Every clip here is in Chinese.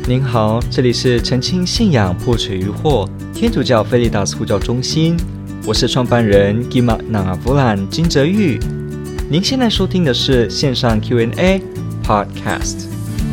您好，这里是澄清信仰破除疑惑天主教菲利达斯呼叫中心，我是创办人 Gima Nangavulan 金哲玉。您现在收听的是线上 Q&A Podcast。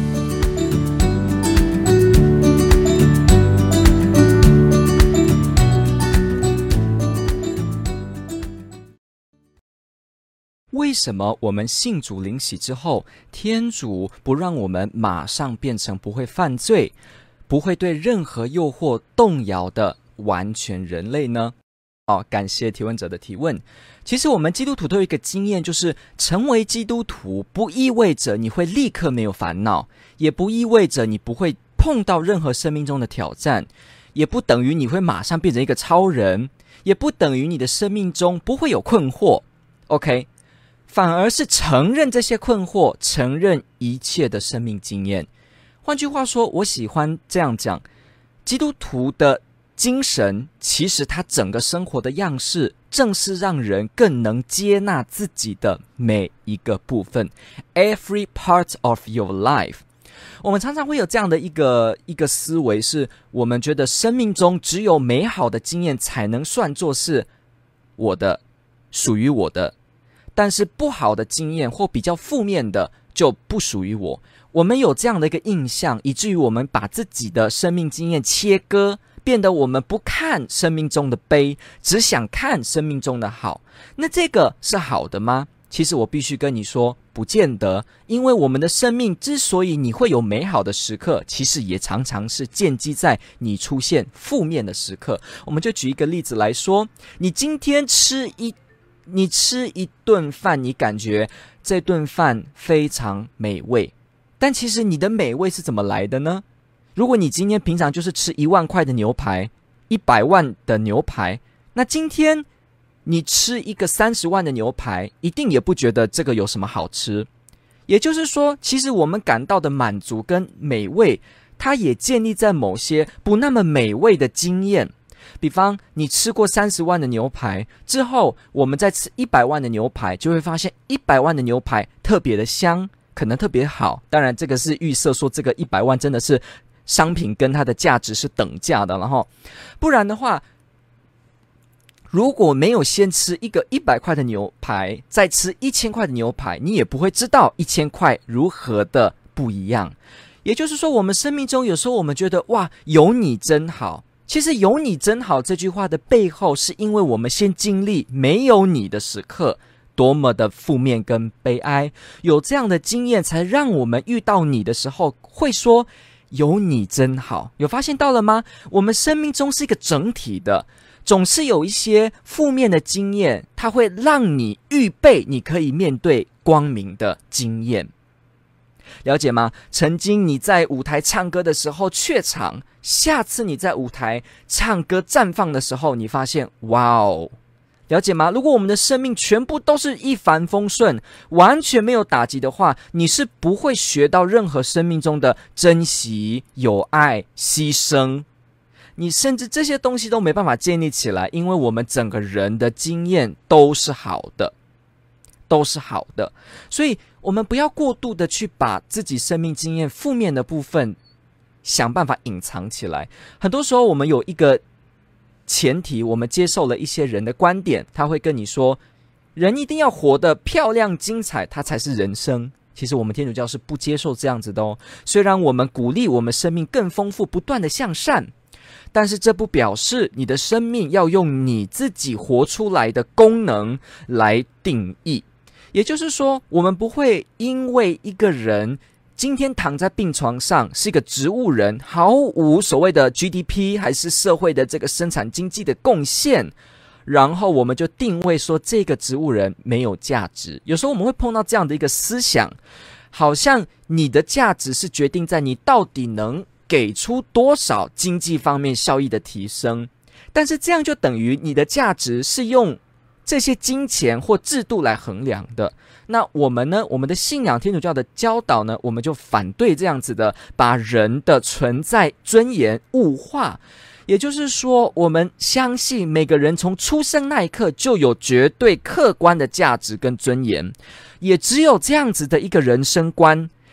为什么我们信主领洗之后，天主不让我们马上变成不会犯罪、不会对任何诱惑动摇的完全人类呢？感谢提问者的提问。其实我们基督徒都有一个经验，就是成为基督徒不意味着你会立刻没有烦恼，也不意味着你不会碰到任何生命中的挑战，也不等于你会马上变成一个超人，也不等于你的生命中不会有困惑。OK，反而是承认这些困惑，承认一切的生命经验。换句话说，我喜欢这样讲，基督徒的精神其实他整个生活的样式正是让人更能接纳自己的每一个部分 Every part of your life。 我们常常会有这样的一个思维，是我们觉得生命中只有美好的经验才能算作是我的，属于我的，但是不好的经验或比较负面的就不属于我。我们有这样的一个印象，以至于我们把自己的生命经验切割，变得我们不看生命中的悲，只想看生命中的好。那这个是好的吗？其实我必须跟你说，不见得。因为我们的生命之所以你会有美好的时刻，其实也常常是建基在你出现负面的时刻。我们就举一个例子来说，你今天吃一顿饭，你感觉这顿饭非常美味，但其实你的美味是怎么来的呢？如果你今天平常就是吃1万块的牛排，100万的牛排，那今天你吃一个30万的牛排，一定也不觉得这个有什么好吃。也就是说，其实我们感到的满足跟美味，它也建立在某些不那么美味的经验。比方你吃过30万的牛排之后，我们再吃100万的牛排，就会发现100万的牛排特别的香，可能特别好。当然这个是预设说这个100万真的是商品跟它的价值是等价的，然后不然的话，如果没有先吃一个100块的牛排，再吃1000块的牛排，你也不会知道1000块如何的不一样。也就是说，我们生命中有时候我们觉得哇，有你真好，其实有你真好这句话的背后，是因为我们先经历没有你的时刻多么的负面跟悲哀，有这样的经验才让我们遇到你的时候会说有你真好。有发现到了吗？我们生命中是一个整体的，总是有一些负面的经验，它会让你预备你可以面对光明的经验。了解吗？曾经你在舞台唱歌的时候怯场，下次你在舞台唱歌绽放的时候，你发现哇哦，了解吗？如果我们的生命全部都是一帆风顺，完全没有打击的话，你是不会学到任何生命中的珍惜、友爱、牺牲，你甚至这些东西都没办法建立起来，因为我们整个人的经验都是好的，都是好的。所以我们不要过度的去把自己生命经验负面的部分想办法隐藏起来。很多时候我们有一个前提，我们接受了一些人的观点，他会跟你说人一定要活得漂亮精彩，它才是人生。其实我们天主教是不接受这样子的哦。虽然我们鼓励我们生命更丰富，不断的向善，但是这不表示你的生命要用你自己活出来的功能来定义。也就是说，我们不会因为一个人今天躺在病床上是一个植物人，毫无所谓的 GDP 还是社会的这个生产经济的贡献，然后我们就定位说这个植物人没有价值。有时候我们会碰到这样的一个思想，好像你的价值是决定在你到底能给出多少经济方面效益的提升，但是这样就等于你的价值是用这些金钱或制度来衡量的。那我们呢？我们的信仰天主教的教导呢？我们就反对这样子的把人的存在尊严物化。也就是说，我们相信每个人从出生那一刻就有绝对客观的价值跟尊严，也只有这样子的一个人生观，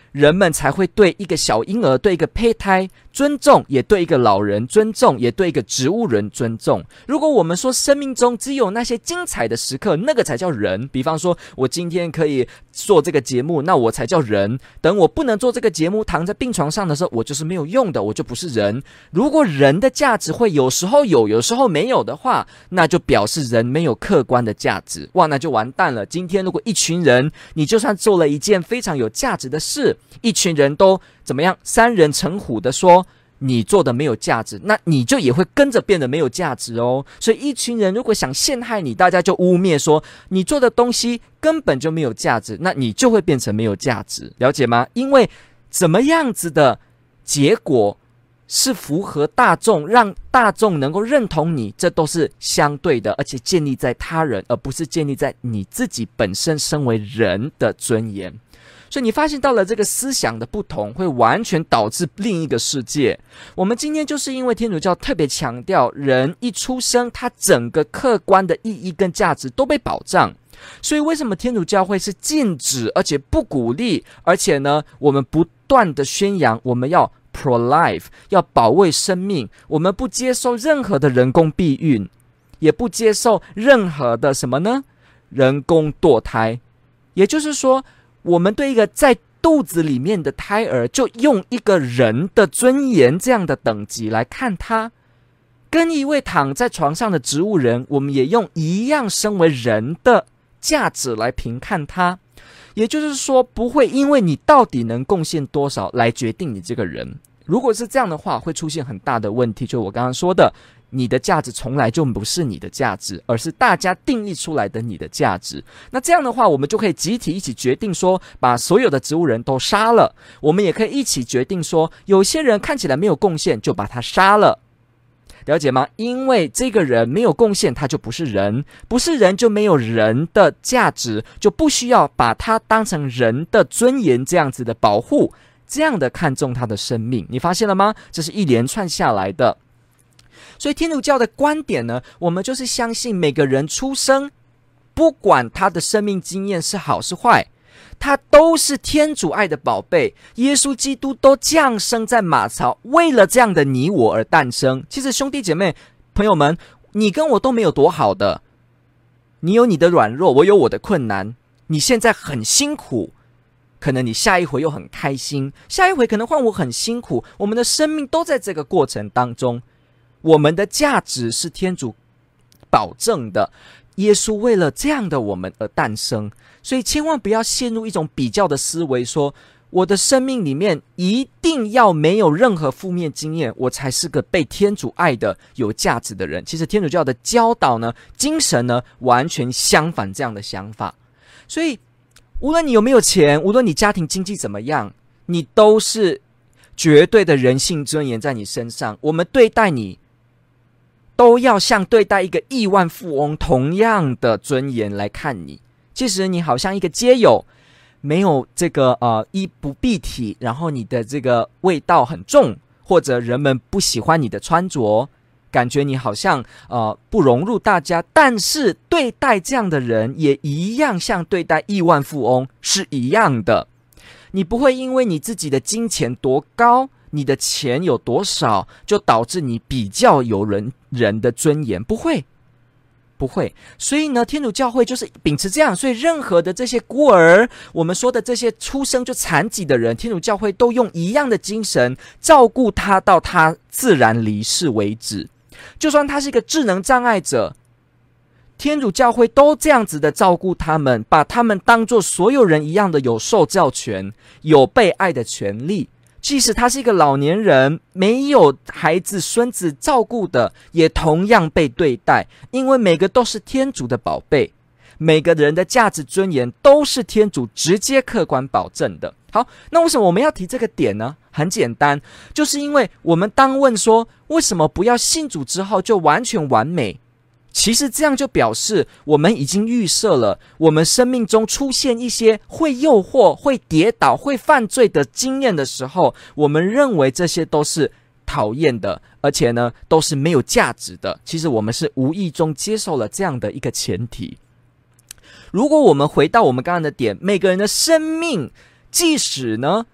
人们才会对一个小婴儿、对一个胚胎尊重，也对一个老人尊重，也对一个植物人尊重。如果我们说生命中只有那些精彩的时刻，那个才叫人。比方说我今天可以做这个节目，那我才叫人。等我不能做这个节目，躺在病床上的时候，我就是没有用的，我就不是人。如果人的价值会有时候有，有时候没有的话，那就表示人没有客观的价值。哇，那就完蛋了。今天如果一群人，你就算做了一件非常有价值的事，一群人都怎么样？三人成虎的说你做的没有价值，那你就也会跟着变得没有价值哦。所以一群人如果想陷害你，大家就污蔑说你做的东西根本就没有价值，那你就会变成没有价值，了解吗？因为怎么样子的结果是符合大众，让大众能够认同你，这都是相对的，而且建立在他人，而不是建立在你自己本身身为人的尊严。所以你发现到了这个思想的不同，会完全导致另一个世界。我们今天就是因为天主教特别强调，人一出生，他整个客观的意义跟价值都被保障。所以为什么天主教会是禁止，而且不鼓励，而且呢，我们不断的宣扬，我们要 pro-life， 要保卫生命，我们不接受任何的人工避孕，也不接受任何的什么呢？人工堕胎。也就是说，我们对一个在肚子里面的胎儿，就用一个人的尊严这样的等级来看他，跟一位躺在床上的植物人，我们也用一样身为人的价值来评看他。也就是说，不会因为你到底能贡献多少来决定你这个人。如果是这样的话，会出现很大的问题，就我刚刚说的，你的价值从来就不是你的价值，而是大家定义出来的你的价值。那这样的话，我们就可以集体一起决定说，把所有的植物人都杀了。我们也可以一起决定说，有些人看起来没有贡献，就把他杀了。了解吗？因为这个人没有贡献，他就不是人，不是人就没有人的价值，就不需要把他当成人的尊严这样子的保护，这样的看重他的生命。你发现了吗？这是一连串下来的。所以天主教的观点呢，我们就是相信每个人出生，不管他的生命经验是好是坏，他都是天主爱的宝贝。耶稣基督都降生在马槽，为了这样的你我而诞生。其实兄弟姐妹朋友们，你跟我都没有多好的，你有你的软弱，我有我的困难。你现在很辛苦，可能你下一回又很开心，下一回可能换我很辛苦。我们的生命都在这个过程当中，我们的价值是天主保证的。耶稣为了这样的我们而诞生，所以千万不要陷入一种比较的思维，说我的生命里面一定要没有任何负面经验，我才是个被天主爱的有价值的人。其实天主教的教导呢，精神呢，完全相反这样的想法。所以无论你有没有钱，无论你家庭经济怎么样，你都是绝对的人性尊严在你身上。我们对待你都要像对待一个亿万富翁同样的尊严来看你。即使你好像一个街友，没有这个衣不蔽体，然后你的这个味道很重，或者人们不喜欢你的穿着，感觉你好像不融入大家，但是对待这样的人也一样像对待亿万富翁是一样的。你不会因为你自己的金钱多高，你的钱有多少，就导致你比较有人的尊严，不会。所以呢，天主教会就是秉持这样，所以任何的这些孤儿，我们说的这些出生就残疾的人，天主教会都用一样的精神照顾他到他自然离世为止。就算他是一个智能障碍者，天主教会都这样子的照顾他们，把他们当作所有人一样的有受教权，有被爱的权利。即使他是一个老年人，没有孩子孙子照顾的，也同样被对待，因为每个都是天主的宝贝，每个人的价值尊严都是天主直接客观保证的。好，那为什么我们要提这个点呢？很简单，就是因为我们当问说，为什么不要信主之后就完全完美？其实这样就表示我们已经预设了，我们生命中出现一些会诱惑、会跌倒、会犯罪的经验的时候，我们认为这些都是讨厌的，而且呢都是没有价值的。其实我们是无意中接受了这样的一个前提。如果我们回到我们刚刚的点，每个人的生命即使呢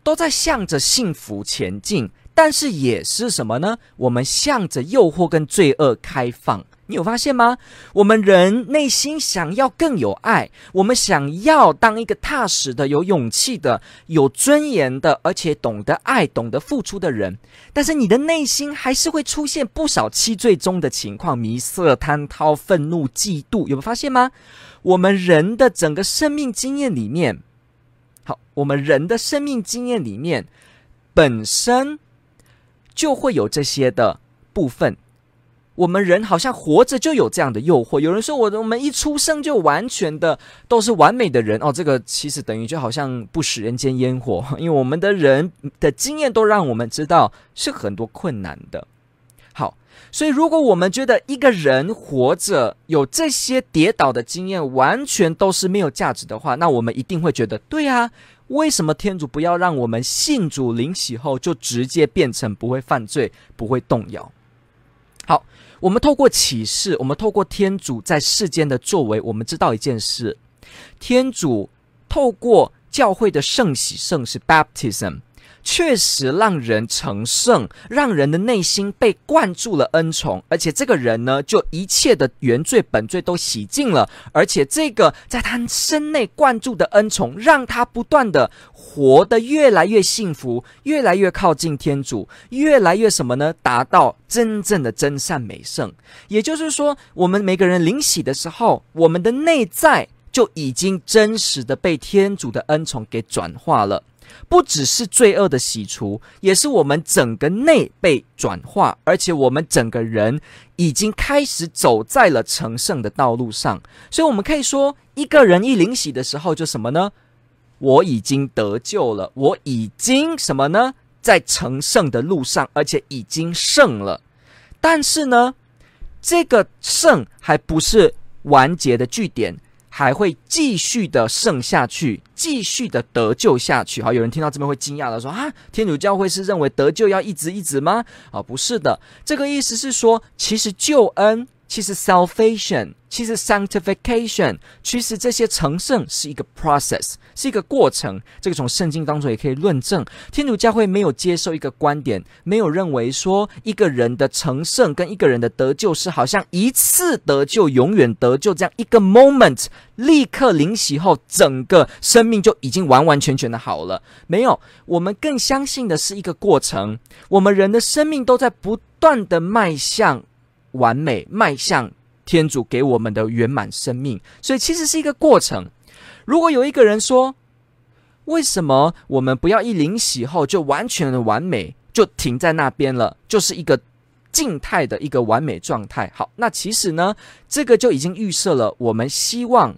都在向着幸福前进，但是也是什么呢？我们向着诱惑跟罪恶开放。你有发现吗？我们人内心想要更有爱，我们想要当一个踏实的、有勇气的、有尊严的，而且懂得爱、懂得付出的人。但是你的内心还是会出现不少七罪中的情况：迷色、贪饕、愤怒、嫉妒。有没有发现吗？我们人的整个生命经验里面，我们人的生命经验里面本身就会有这些的部分。我们人好像活着就有这样的诱惑。有人说我们一出生就完全的都是完美的人这个其实等于就好像不食人间烟火，因为我们的人的经验都让我们知道是很多困难的。好，所以如果我们觉得一个人活着有这些跌倒的经验完全都是没有价值的话，那我们一定会觉得对啊，为什么天主不要让我们信主领洗后就直接变成不会犯罪、不会动摇？好，我们透过启示，我们透过天主在世间的作为，我们知道一件事：天主透过教会的圣洗圣事 baptism， 确实让人成圣，让人的内心被灌注了恩宠，而且这个人呢，就一切的原罪本罪都洗净了，而且这个在他身内灌注的恩宠，让他不断的活得越来越幸福，越来越靠近天主，越来越什么呢？达到真正的真善美圣。也就是说，我们每个人领洗的时候，我们的内在就已经真实的被天主的恩宠给转化了。不只是罪恶的洗除，也是我们整个内被转化，而且我们整个人已经开始走在了成圣的道路上。所以我们可以说，一个人一领洗的时候就什么呢？我已经得救了，我已经什么呢？在成圣的路上，而且已经圣了。但是呢，这个圣还不是完结的句点，还会继续的圣下去，继续的得救下去。好，有人听到这边会惊讶的说天主教会是认为得救要一直吗？不是的，这个意思是说，其实救恩，其实 salvation， 其实 sanctification， 其实这些成圣是一个 process， 是一个过程。这个从圣经当中也可以论证。天主教会没有接受一个观点，没有认为说一个人的成圣跟一个人的得救是好像一次得救永远得救这样一个 moment， 立刻领洗后整个生命就已经完完全全的好了。没有，我们更相信的是一个过程。我们人的生命都在不断的迈向完美，迈向天主给我们的圆满生命，所以其实是一个过程。如果有一个人说，为什么我们不要一领洗后就完全的完美，就停在那边了，就是一个静态的一个完美状态？好，那其实呢，这个就已经预设了我们希望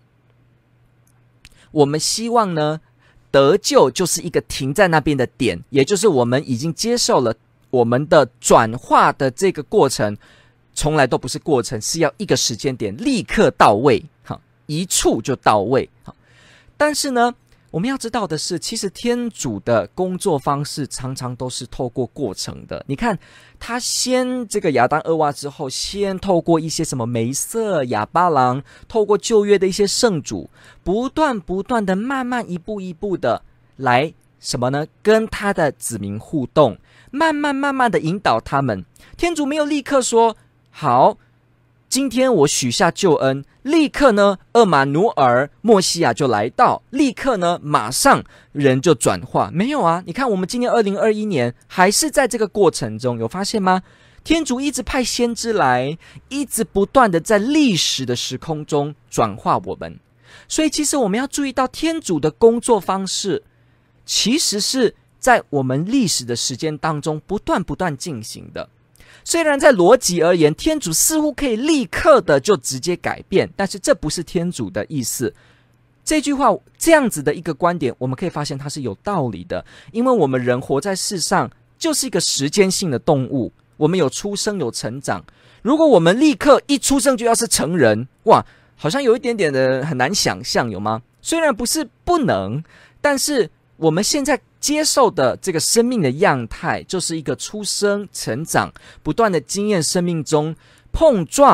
呢，得救就是一个停在那边的点，也就是我们已经接受了我们的转化的这个过程，从来都不是过程，是要一个时间点立刻到位，一触就到位。但是呢，我们要知道的是，其实天主的工作方式常常都是透过过程的。你看，他先这个亚当厄娃之后，先透过一些什么梅瑟、亚巴郎，透过旧约的一些圣主，不断的慢慢一步一步的来什么呢？跟他的子民互动，慢慢的引导他们。天主没有立刻说好，今天我许下救恩，立刻呢，厄马努尔默西亚就来到，立刻呢，马上人就转化。没有啊，你看我们今年2021年还是在这个过程中，有发现吗？天主一直派先知来，一直不断的在历史的时空中转化我们。所以其实我们要注意到，天主的工作方式其实是在我们历史的时间当中不断进行的。虽然在逻辑而言，天主似乎可以立刻的就直接改变，但是这不是天主的意思。这句话这样子的一个观点，我们可以发现它是有道理的，因为我们人活在世上就是一个时间性的动物，我们有出生有成长。如果我们立刻一出生就要是成人，哇，好像有一点点的很难想象，有吗？虽然不是不能，但是我们现在接受的这个生命的样态，就是一个出生、成长，不断的经验生命中碰撞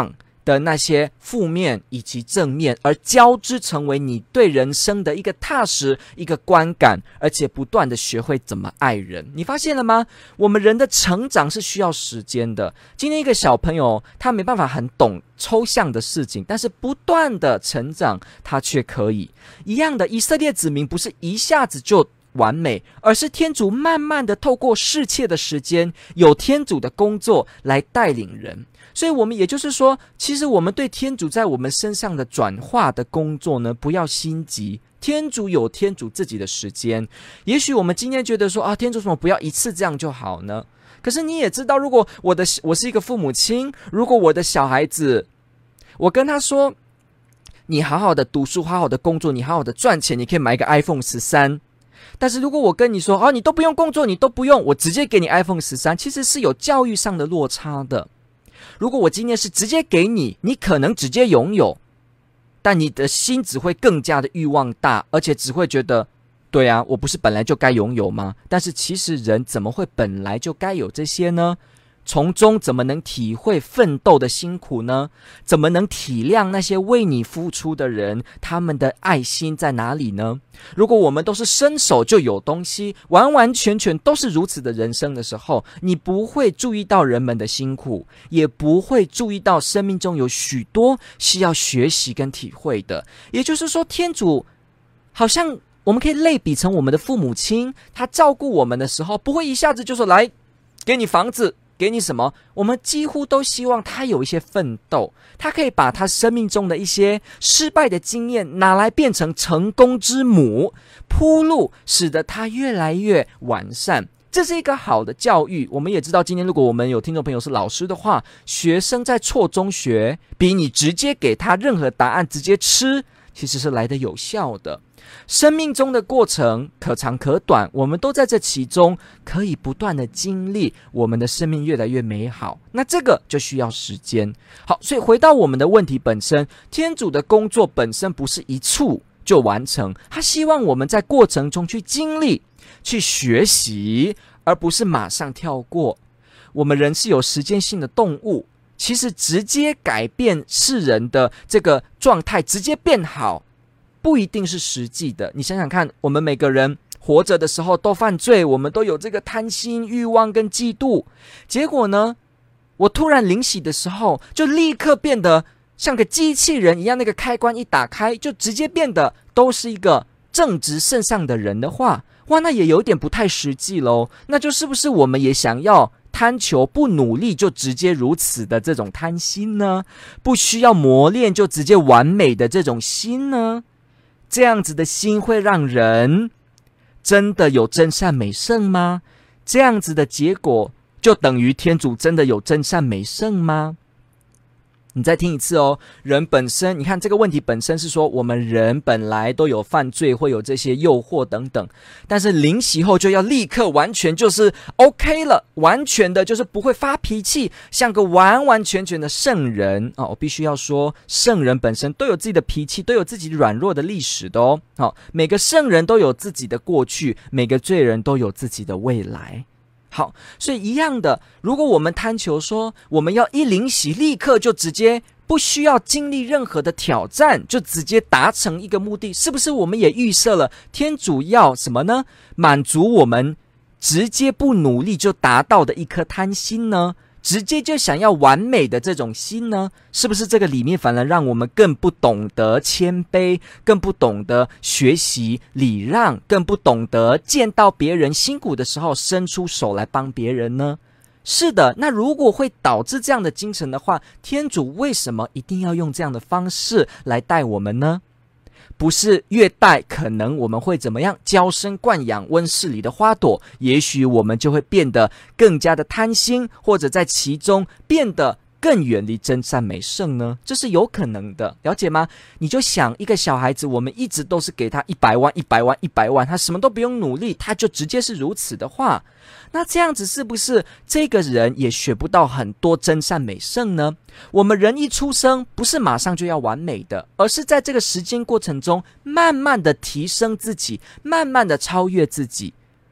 的那些负面以及正面，而交织成为你对人生的一个踏实、一个观感，而且不断的学会怎么爱人。你发现了吗？我们人的成长是需要时间的。今天一个小朋友，他没办法很懂抽象的事情，但是不断的成长，他却可以。一样的，以色列子民不是一下子就完美，而是天主慢慢的透过侍妾的时间，有天主的工作来带领人。所以我们也就是说，其实我们对天主在我们身上的转化的工作呢，不要心急。天主有天主自己的时间。也许我们今天觉得说啊，天主什么不要一次这样就好呢？可是你也知道，如果我是一个父母亲，如果我的小孩子，我跟他说，你好好的读书，好好的工作，你好好的赚钱，你可以买一个 iPhone 13。但是如果我跟你说，你都不用工作，你都不用，我直接给你 iPhone 13，其实是有教育上的落差的。如果我今天是直接给你，你可能直接拥有，但你的心只会更加的欲望大，而且只会觉得，对啊，我不是本来就该拥有吗？但是其实人怎么会本来就该有这些呢？从中怎么能体会奋斗的辛苦呢？怎么能体谅那些为你付出的人，他们的爱心在哪里呢？如果我们都是伸手就有东西，完完全全都是如此的人生的时候，你不会注意到人们的辛苦，也不会注意到生命中有许多需要学习跟体会的。也就是说，天主好像我们可以类比成我们的父母亲，他照顾我们的时候，不会一下子就说来给你房子，给你什么，我们几乎都希望他有一些奋斗，他可以把他生命中的一些失败的经验拿来变成成功之母，铺路，使得他越来越完善。这是一个好的教育。我们也知道，今天如果我们有听众朋友是老师的话，学生在辍中学，比你直接给他任何答案直接吃，其实是来得有效的。生命中的过程可长可短，我们都在这其中可以不断的经历，我们的生命越来越美好。那这个就需要时间。好，所以回到我们的问题本身，天主的工作本身不是一触就完成，他希望我们在过程中去经历、去学习，而不是马上跳过。我们人是有时间性的动物，其实直接改变世人的这个状态，直接变好，不一定是实际的。你想想看，我们每个人活着的时候都犯罪，我们都有这个贪心、欲望跟嫉妒。结果呢，我突然灵洗的时候，就立刻变得像个机器人一样，那个开关一打开，就直接变得都是一个正直圣上的人的话，哇，那也有点不太实际咯。那就是不是我们也想要贪求不努力就直接如此的这种贪心呢？不需要磨练就直接完美的这种心呢？这样子的心会让人真的有真善美圣吗？这样子的结果就等于天主真的有真善美圣吗？你再听一次哦。人本身，你看这个问题本身是说我们人本来都有犯罪，会有这些诱惑等等，但是灵洗后就要立刻完全就是 OK 了，完全的就是不会发脾气，像个完完全全的圣人我必须要说，圣人本身都有自己的脾气，都有自己软弱的历史的哦。每个圣人都有自己的过去，每个罪人都有自己的未来。好，所以一样的，如果我们贪求说我们要一灵洗立刻就直接不需要经历任何的挑战就直接达成一个目的，是不是我们也预设了天主要什么呢？满足我们直接不努力就达到的一颗贪心呢？直接就想要完美的这种心呢？是不是这个里面反而让我们更不懂得谦卑，更不懂得学习礼让，更不懂得见到别人辛苦的时候伸出手来帮别人呢？是的，那如果会导致这样的精神的话，天主为什么一定要用这样的方式来带我们呢？不是越带可能我们会怎么样？娇生惯养温室里的花朵，也许我们就会变得更加的贪心，或者在其中变得更远离真善美圣呢？这是有可能的，了解吗？你就想一个小孩子，我们一直都是给他100万100万100万，他什么都不用努力，他就直接是如此的话，那这样子是不是这个人也学不到很多真善美圣呢？我们人一出生不是马上就要完美的，而是在这个时间过程中慢慢的提升自己，慢慢的超越自己。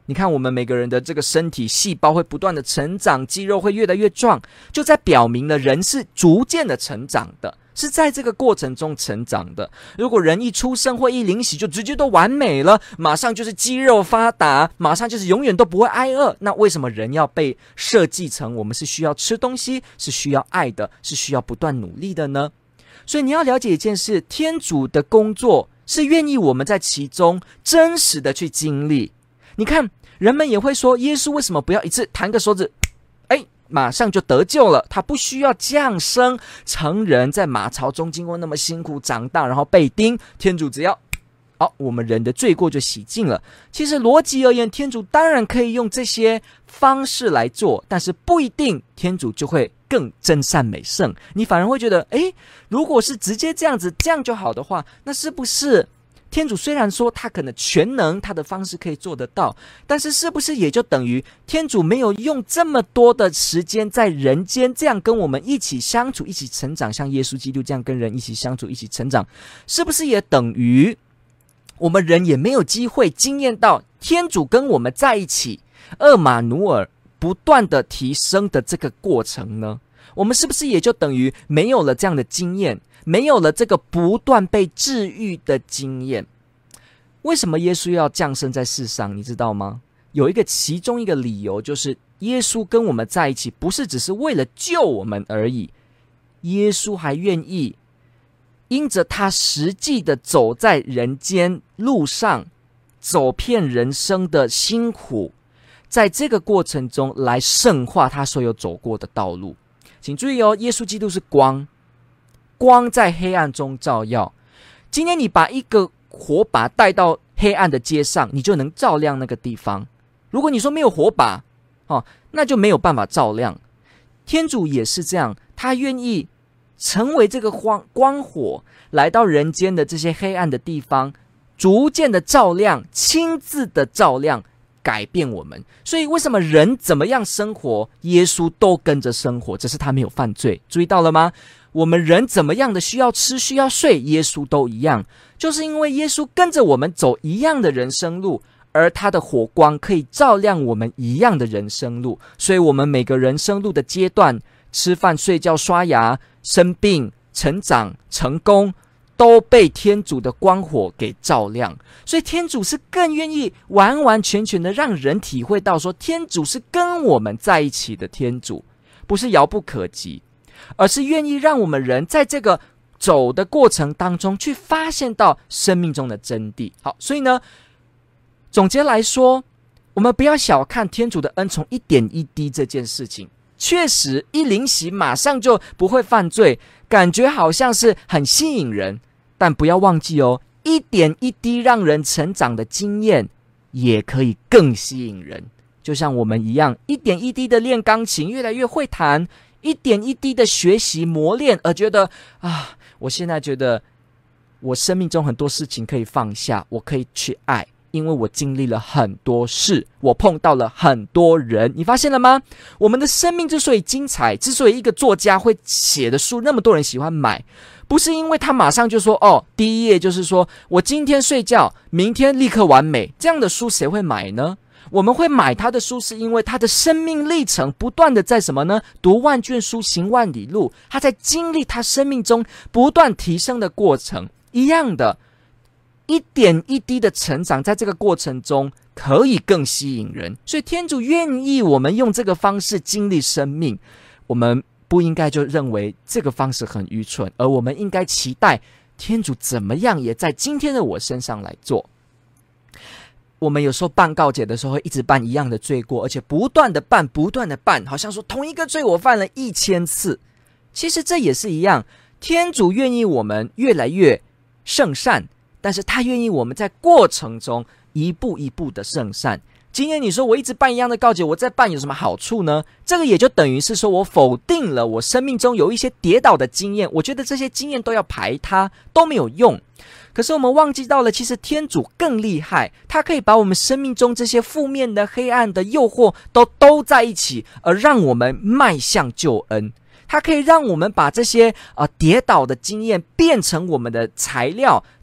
你看我们每个人的这个身体细胞会不断的成长，肌肉会越来越壮，就在表明了人是逐渐的成长的，是在这个过程中成长的。如果人一出生或一临洗就直接都完美了，马上就是肌肉发达，马上就是永远都不会挨饿，那为什么人要被设计成我们是需要吃东西，是需要爱的，是需要不断努力的呢？所以你要了解一件事，天主的工作是愿意我们在其中真实的去经历。你看人们也会说，耶稣为什么不要一次弹个手指马上就得救了，他不需要降生成人，在马槽中经过那么辛苦长大，然后被钉，天主只要我们人的罪过就洗净了。其实逻辑而言，天主当然可以用这些方式来做，但是不一定天主就会更真善美圣。你反而会觉得如果是直接这样子，这样就好的话，那是不是天主虽然说他可能全能，他的方式可以做得到，但是是不是也就等于天主没有用这么多的时间在人间这样跟我们一起相处，一起成长，像耶稣基督这样跟人一起相处，一起成长，是不是也等于我们人也没有机会经验到天主跟我们在一起，厄马努尔不断的提升的这个过程呢？我们是不是也就等于没有了这样的经验，没有了这个不断被治愈的经验？为什么耶稣要降生在世上，你知道吗？有其中一个理由，就是耶稣跟我们在一起不是只是为了救我们而已，耶稣还愿意因着他实际的走在人间路上，走遍人生的辛苦，在这个过程中来圣化他所有走过的道路。请注意耶稣基督是光，光在黑暗中照耀。今天你把一个火把带到黑暗的街上，你就能照亮那个地方。如果你说没有火把那就没有办法照亮。天主也是这样，他愿意成为这个光火，来到人间的这些黑暗的地方，逐渐的照亮，亲自的照亮，改变我们。所以为什么人怎么样生活，耶稣都跟着生活，只是他没有犯罪。注意到了吗？我们人怎么样的需要吃需要睡，耶稣都一样，就是因为耶稣跟着我们走一样的人生路，而他的火光可以照亮我们一样的人生路。所以我们每个人生路的阶段，吃饭睡觉刷牙，生病成长成功，都被天主的光火给照亮。所以天主是更愿意完完全全的让人体会到说，天主是跟我们在一起的天主，不是遥不可及，而是愿意让我们人在这个走的过程当中去发现到生命中的真谛。好，所以呢，总结来说，我们不要小看天主的恩宠一点一滴这件事情。确实一临洗马上就不会犯罪，感觉好像是很吸引人，但不要忘记一点一滴让人成长的经验也可以更吸引人。就像我们一样，一点一滴的练钢琴，越来越会弹，一点一滴的学习磨练，而觉得我现在觉得我生命中很多事情可以放下，我可以去爱，因为我经历了很多事，我碰到了很多人。你发现了吗？我们的生命之所以精彩，之所以一个作家会写的书那么多人喜欢买，不是因为他马上就说第一页就是说我今天睡觉，明天立刻完美，这样的书谁会买呢？我们会买他的书，是因为他的生命历程不断的在什么呢？读万卷书，行万里路，他在经历他生命中不断提升的过程。一样的，一点一滴的成长，在这个过程中可以更吸引人。所以天主愿意我们用这个方式经历生命，我们不应该就认为这个方式很愚蠢，而我们应该期待天主怎么样也在今天的我身上来做。我们有时候办告解的时候会一直办一样的罪过，而且不断的办，好像说同一个罪我犯了1000次。其实这也是一样，天主愿意我们越来越圣善，但是他愿意我们在过程中一步一步的圣善。今天你说我一直办一样的告解，我再办有什么好处呢？这个也就等于是说我否定了我生命中有一些跌倒的经验，我觉得这些经验都要排它，都没有用。可是我们忘记到了，其实天主更厉害，他可以把我们生命中这些负面的黑暗的诱惑都在一起，而让我们迈向救恩。他可以让我们把这些跌倒的经验变成我们的材料，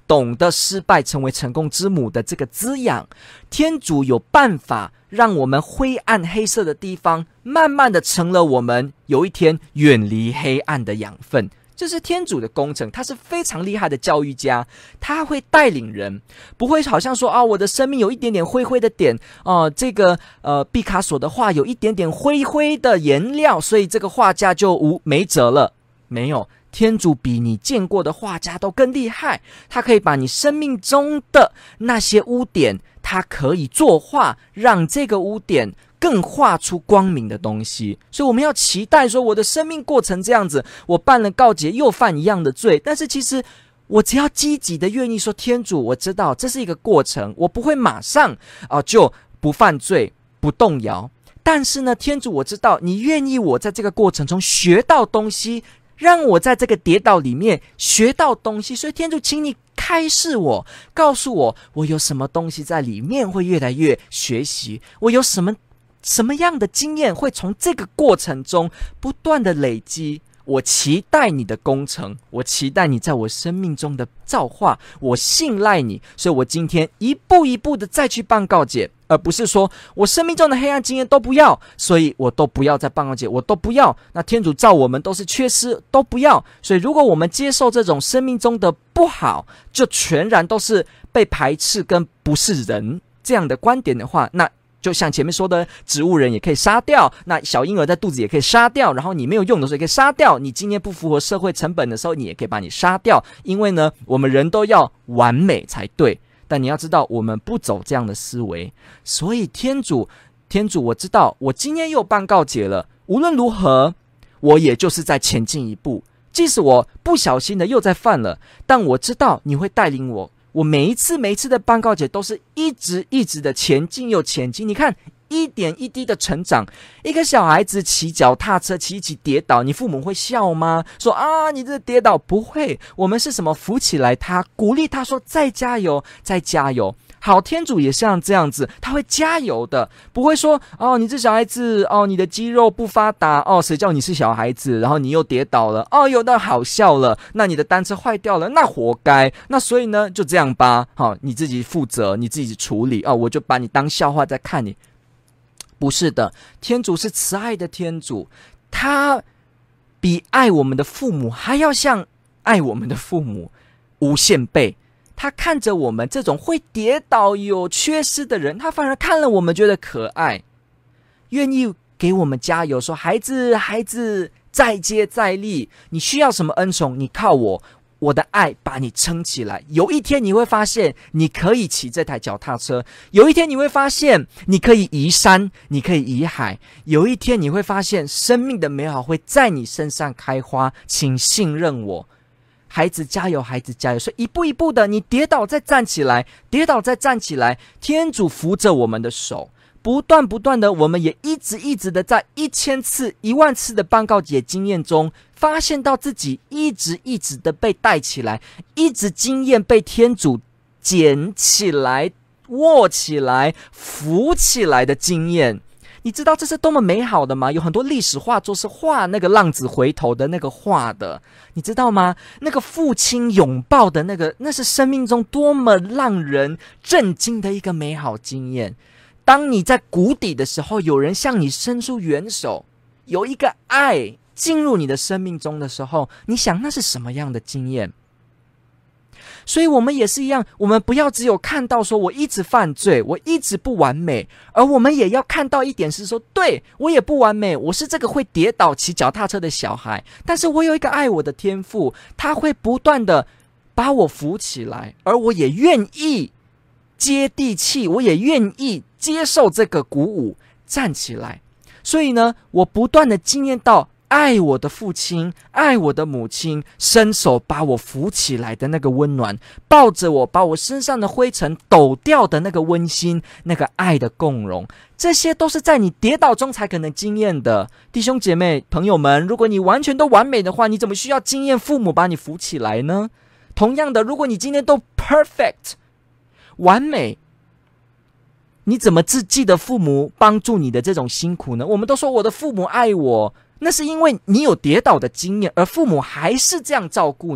懂得失败成为成功之母的这个滋养，天主有办法让我们灰暗黑色的地方慢慢的成了我们有一天远离黑暗的养分。这是天主的工程，他是非常厉害的教育家，他会带领人，不会好像说我的生命有一点点灰灰的点这个毕卡索的画有一点点灰灰的颜料，所以这个画家就没辙了。没有，天主比你见过的画家都更厉害，他可以把你生命中的那些污点，他可以作画，让这个污点更画出光明的东西。所以我们要期待说，我的生命过成这样子，我办了告解又犯一样的罪，但是其实我只要积极的愿意说，天主我知道这是一个过程，我不会马上就不犯罪不动摇，但是呢，天主我知道你愿意我在这个过程中学到东西，让我在这个跌倒里面学到东西，所以天主请你开示我，告诉我我有什么东西在里面会越来越学习，我有什么样的经验会从这个过程中不断的累积。我期待你的工程，我期待你在我生命中的造化，我信赖你，所以我今天一步一步的再去办告解，而不是说我生命中的黑暗经验都不要，所以我都不要再办告解，我都不要。那天主造我们都是缺失，都不要。所以如果我们接受这种生命中的不好，就全然都是被排斥跟不是人这样的观点的话，那就像前面说的，植物人也可以杀掉，那小婴儿在肚子也可以杀掉，然后你没有用的时候也可以杀掉，你今天不符合社会成本的时候，你也可以把你杀掉。因为呢，我们人都要完美才对，但你要知道，我们不走这样的思维。所以天主，我知道，我今天又办告解了，无论如何，我也就是在前进一步。即使我不小心的又在犯了，但我知道你会带领我。我每一次的办告解都是一直的前进又前进，你看一点一滴的成长。一个小孩子骑脚踏车骑一骑跌倒，你父母会笑吗？说你这跌倒，不会，我们是什么扶起来他，鼓励他说再加油再加油。好，天主也像这样子，他会加油的，不会说你这小孩子你的肌肉不发达谁叫你是小孩子，然后你又跌倒了有的好笑了，那你的单车坏掉了，那活该，那所以呢就这样吧，你自己负责，你自己处理我就把你当笑话在看你。不是的，天主是慈爱的天主，他比爱我们的父母还要像爱我们的父母无限倍。他看着我们这种会跌倒有缺失的人，他反而看了我们觉得可爱，愿意给我们加油，说孩子再接再厉，你需要什么恩宠，你靠我的爱把你撑起来。有一天你会发现你可以骑这台脚踏车，有一天你会发现你可以移山，你可以移海，有一天你会发现生命的美好会在你身上开花，请信任我。孩子加油，孩子加油！所以一步一步的，你跌倒再站起来，跌倒再站起来。天主扶着我们的手，不断的，我们也一直的在1000次、10000次的办告解经验中，发现到自己一直的被带起来，一直经验被天主捡起来、握起来、扶起来的经验。你知道这是多么美好的吗？有很多历史画作是画那个浪子回头的那个画的，你知道吗？那个父亲拥抱的那是生命中多么让人震惊的一个美好经验。当你在谷底的时候，有人向你伸出援手，有一个爱进入你的生命中的时候，你想那是什么样的经验？所以我们也是一样，我们不要只有看到说我一直犯罪，我一直不完美，而我们也要看到一点是说，对，我也不完美，我是这个会跌倒骑脚踏车的小孩，但是我有一个爱我的天父，他会不断的把我扶起来，而我也愿意接地气，我也愿意接受这个鼓舞，站起来。所以呢，我不断的经验到爱我的父亲，爱我的母亲，伸手把我扶起来的那个温暖，抱着我把我身上的灰尘抖掉的那个温馨，那个爱的共融，这些都是在你跌倒中才可能经验的。弟兄姐妹朋友们，如果你完全都完美的话，你怎么需要经验父母把你扶起来呢？同样的，如果你今天都 perfect 完美，你怎么记得父母帮助你的这种辛苦呢？我们都说我的父母爱我，那是因为你有跌倒的经验，而父母还是这样照顾你、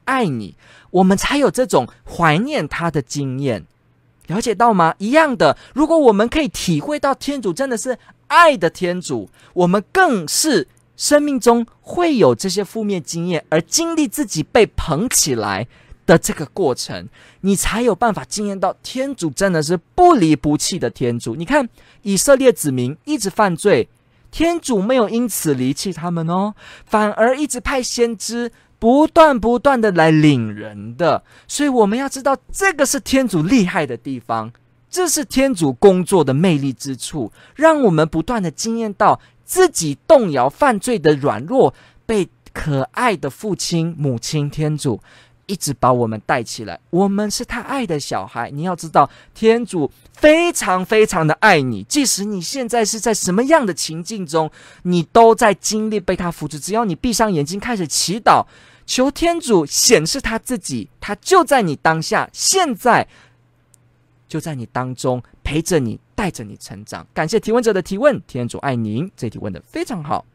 爱你，我们才有这种怀念他的经验。了解到吗？一样的，如果我们可以体会到天主真的是爱的天主，我们更是生命中会有这些负面经验，而经历自己被捧起来的这个过程，你才有办法经验到天主真的是不离不弃的天主。你看以色列子民一直犯罪，天主没有因此离弃他们哦，反而一直派先知不断的来领人的。所以我们要知道，这个是天主厉害的地方，这是天主工作的魅力之处，让我们不断的经验到自己动摇犯罪的软弱，被可爱的父亲母亲天主一直把我们带起来，我们是他爱的小孩。你要知道，天主非常的爱你，即使你现在是在什么样的情境中，你都在经历被他扶持。只要你闭上眼睛开始祈祷，求天主显示他自己，他就在你当下，现在就在你当中，陪着你，带着你成长。感谢提问者的提问，天主爱您，这题问得非常好。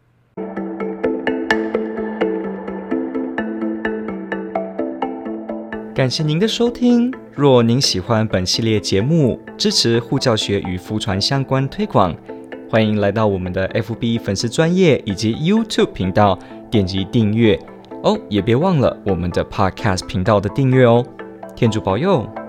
感谢您的收听。若您喜欢本系列节目，支持护教学与福传相关推广，欢迎来到我们的 FB 粉丝专页以及 YouTube 频道点击订阅哦，也别忘了我们的 Podcast 频道的订阅哦。天主保佑。